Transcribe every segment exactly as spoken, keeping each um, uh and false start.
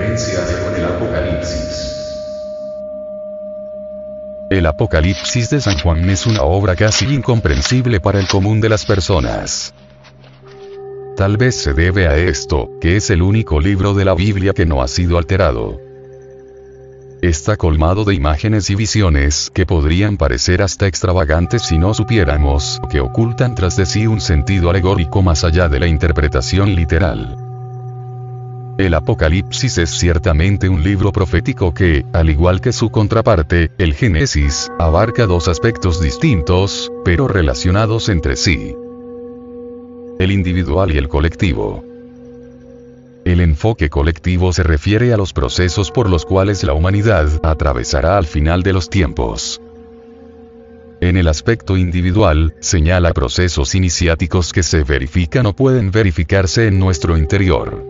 diferencia de con el Apocalipsis. El Apocalipsis de San Juan es una obra casi incomprensible para el común de las personas. Tal vez se debe a esto, que es el único libro de la Biblia que no ha sido alterado. Está colmado de imágenes y visiones que podrían parecer hasta extravagantes si no supiéramos que ocultan tras de sí un sentido alegórico más allá de la interpretación literal. El Apocalipsis es ciertamente un libro profético que, al igual que su contraparte, el Génesis, abarca dos aspectos distintos, pero relacionados entre sí: el individual y el colectivo. El enfoque colectivo se refiere a los procesos por los cuales la humanidad atravesará al final de los tiempos. En el aspecto individual, señala procesos iniciáticos que se verifican o pueden verificarse en nuestro interior.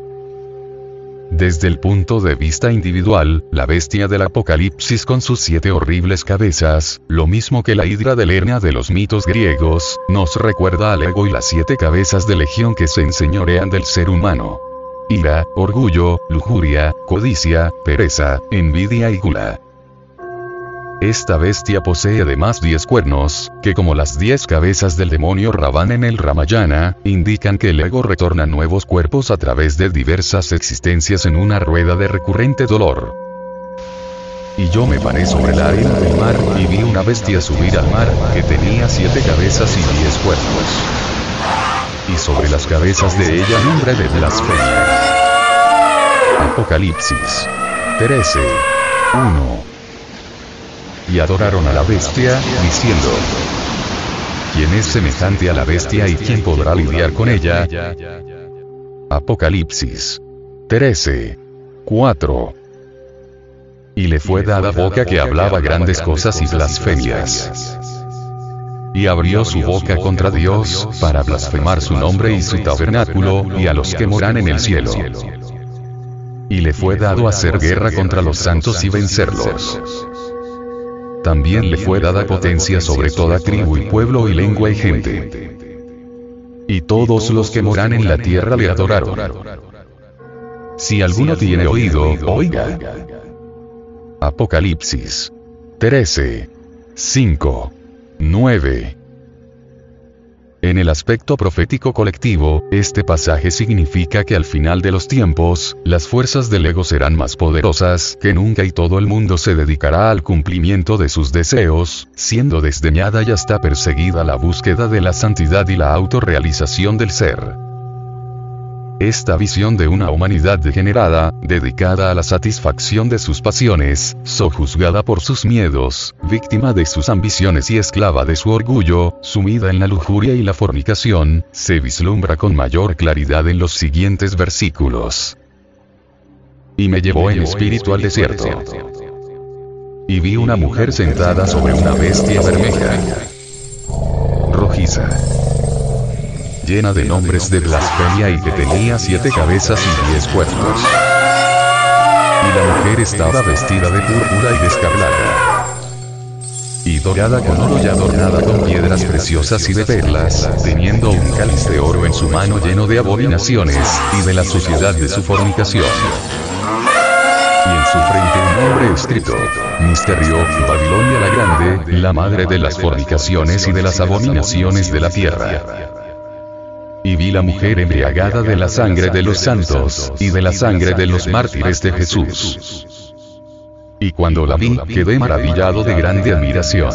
Desde el punto de vista individual, la bestia del Apocalipsis con sus siete horribles cabezas, lo mismo que la hidra de Lerna de los mitos griegos, nos recuerda al ego y las siete cabezas de legión que se enseñorean del ser humano: ira, orgullo, lujuria, codicia, pereza, envidia y gula. Esta bestia posee además diez cuernos, que como las diez cabezas del demonio Ravana en el Ramayana, indican que el ego retorna nuevos cuerpos a través de diversas existencias en una rueda de recurrente dolor. Y yo me paré sobre la arena del mar, y vi una bestia subir al mar, que tenía siete cabezas y diez cuernos. Y sobre las cabezas de ella nombre de blasfemia. Apocalipsis trece, uno. Y adoraron a la bestia, diciendo: ¿quién es semejante a la bestia y quién podrá lidiar con ella? Apocalipsis trece, cuatro. Y le fue dada boca que hablaba grandes cosas y blasfemias. Y abrió su boca contra Dios, para blasfemar su nombre y su tabernáculo, y a los que moran en el cielo. Y le fue dado hacer guerra contra los santos y vencerlos. También le fue dada potencia sobre toda tribu y pueblo y lengua y gente. Y todos los que moran en la tierra le adoraron. Si alguno tiene oído, oiga. Apocalipsis trece, cinco, nueve. En el aspecto profético colectivo, este pasaje significa que al final de los tiempos, las fuerzas del ego serán más poderosas que nunca y todo el mundo se dedicará al cumplimiento de sus deseos, siendo desdeñada y hasta perseguida la búsqueda de la santidad y la autorrealización del ser. Esta visión de una humanidad degenerada, dedicada a la satisfacción de sus pasiones, sojuzgada por sus miedos, víctima de sus ambiciones y esclava de su orgullo, sumida en la lujuria y la fornicación, se vislumbra con mayor claridad en los siguientes versículos. Y me llevó en espíritu al desierto. Y vi una mujer sentada sobre una bestia bermeja, rojiza, llena de nombres de blasfemia y que tenía siete cabezas y diez cuernos. Y la mujer estaba vestida de púrpura y de escarlata, y dorada con oro y adornada con piedras preciosas y de perlas, teniendo un cáliz de oro en su mano lleno de abominaciones, y de la suciedad de su fornicación. Y en su frente un nombre escrito: Misterio, Babilonia la Grande, la madre de las fornicaciones y de las abominaciones de la tierra. Y vi la mujer embriagada de la sangre de los santos, y de la sangre de los mártires de Jesús. Y cuando la vi, quedé maravillado de grande admiración.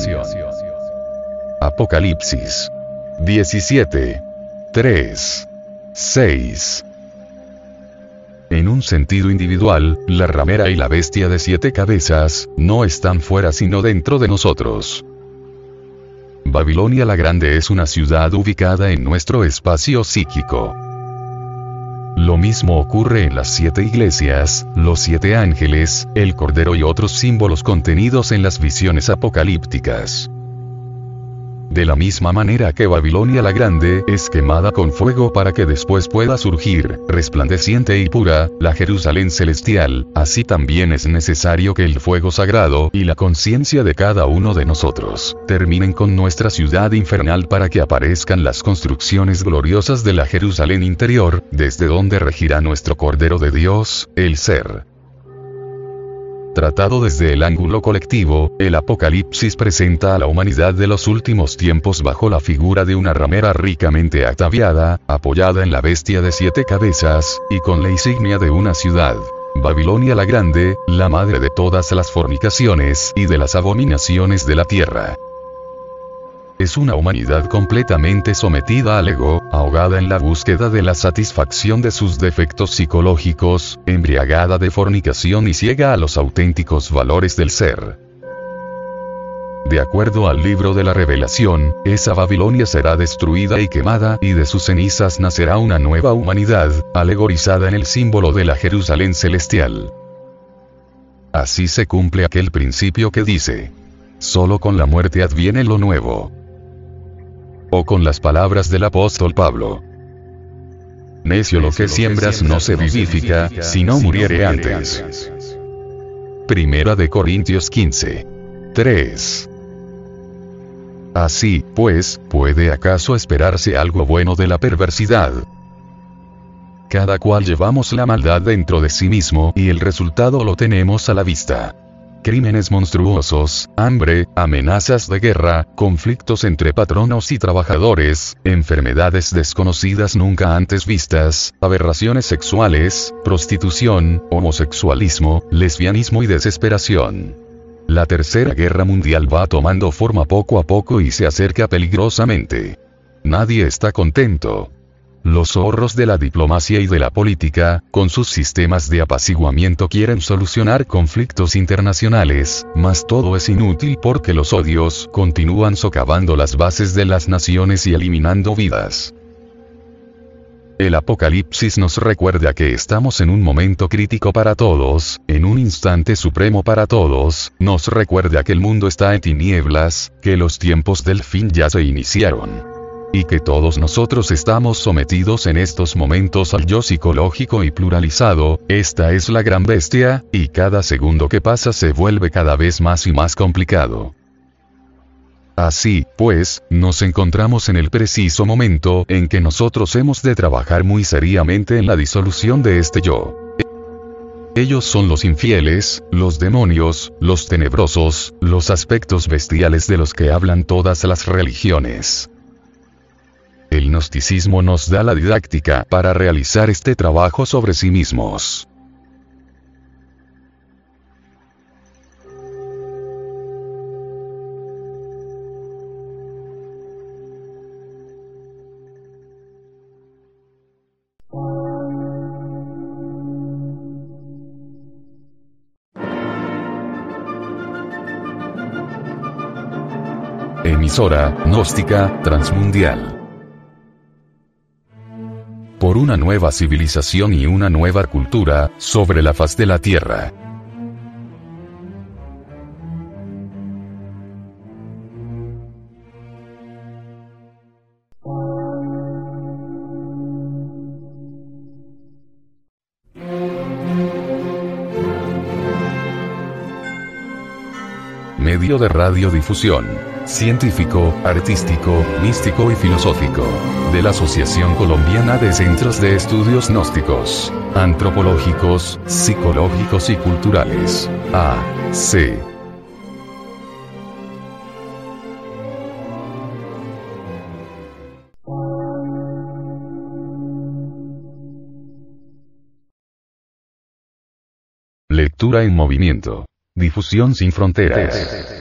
Apocalipsis diecisiete, tres, seis. En un sentido individual, la ramera y la bestia de siete cabezas, no están fuera sino dentro de nosotros. Babilonia la Grande es una ciudad ubicada en nuestro espacio psíquico. Lo mismo ocurre en las siete iglesias, los siete ángeles, el cordero y otros símbolos contenidos en las visiones apocalípticas. De la misma manera que Babilonia la Grande es quemada con fuego para que después pueda surgir, resplandeciente y pura, la Jerusalén celestial, así también es necesario que el fuego sagrado y la conciencia de cada uno de nosotros terminen con nuestra ciudad infernal para que aparezcan las construcciones gloriosas de la Jerusalén interior, desde donde regirá nuestro Cordero de Dios, el Ser. Tratado desde el ángulo colectivo, el Apocalipsis presenta a la humanidad de los últimos tiempos bajo la figura de una ramera ricamente ataviada, apoyada en la bestia de siete cabezas, y con la insignia de una ciudad. Babilonia la Grande, la madre de todas las fornicaciones y de las abominaciones de la tierra. Es una humanidad completamente sometida al ego, ahogada en la búsqueda de la satisfacción de sus defectos psicológicos, embriagada de fornicación y ciega a los auténticos valores del ser. De acuerdo al libro de la Revelación, esa Babilonia será destruida y quemada, y de sus cenizas nacerá una nueva humanidad, alegorizada en el símbolo de la Jerusalén celestial. Así se cumple aquel principio que dice: solo con la muerte adviene lo nuevo. O con las palabras del apóstol Pablo: necio lo que siembras no se vivifica, si no muriere antes. Primera de Corintios quince. tres. Así, pues, ¿puede acaso esperarse algo bueno de la perversidad? Cada cual llevamos la maldad dentro de sí mismo y el resultado lo tenemos a la vista. Crímenes monstruosos, hambre, amenazas de guerra, conflictos entre patronos y trabajadores, enfermedades desconocidas nunca antes vistas, aberraciones sexuales, prostitución, homosexualismo, lesbianismo y desesperación. La Tercera Guerra Mundial va tomando forma poco a poco y se acerca peligrosamente. Nadie está contento. Los zorros de la diplomacia y de la política, con sus sistemas de apaciguamiento quieren solucionar conflictos internacionales, mas todo es inútil porque los odios continúan socavando las bases de las naciones y eliminando vidas. El Apocalipsis nos recuerda que estamos en un momento crítico para todos, en un instante supremo para todos, nos recuerda que el mundo está en tinieblas, que los tiempos del fin ya se iniciaron. Y que todos nosotros estamos sometidos en estos momentos al yo psicológico y pluralizado, esta es la gran bestia, y cada segundo que pasa se vuelve cada vez más y más complicado. Así, pues, nos encontramos en el preciso momento en que nosotros hemos de trabajar muy seriamente en la disolución de este yo. Ellos son los infieles, los demonios, los tenebrosos, los aspectos bestiales de los que hablan todas las religiones. El gnosticismo nos da la didáctica para realizar este trabajo sobre sí mismos. Emisora gnóstica transmundial. Por una nueva civilización y una nueva cultura, sobre la faz de la Tierra. Medio de radiodifusión, científico, artístico, místico y filosófico, de la Asociación Colombiana de Centros de Estudios Gnósticos, Antropológicos, Psicológicos y Culturales, A C Lectura en movimiento. Difusión sin fronteras.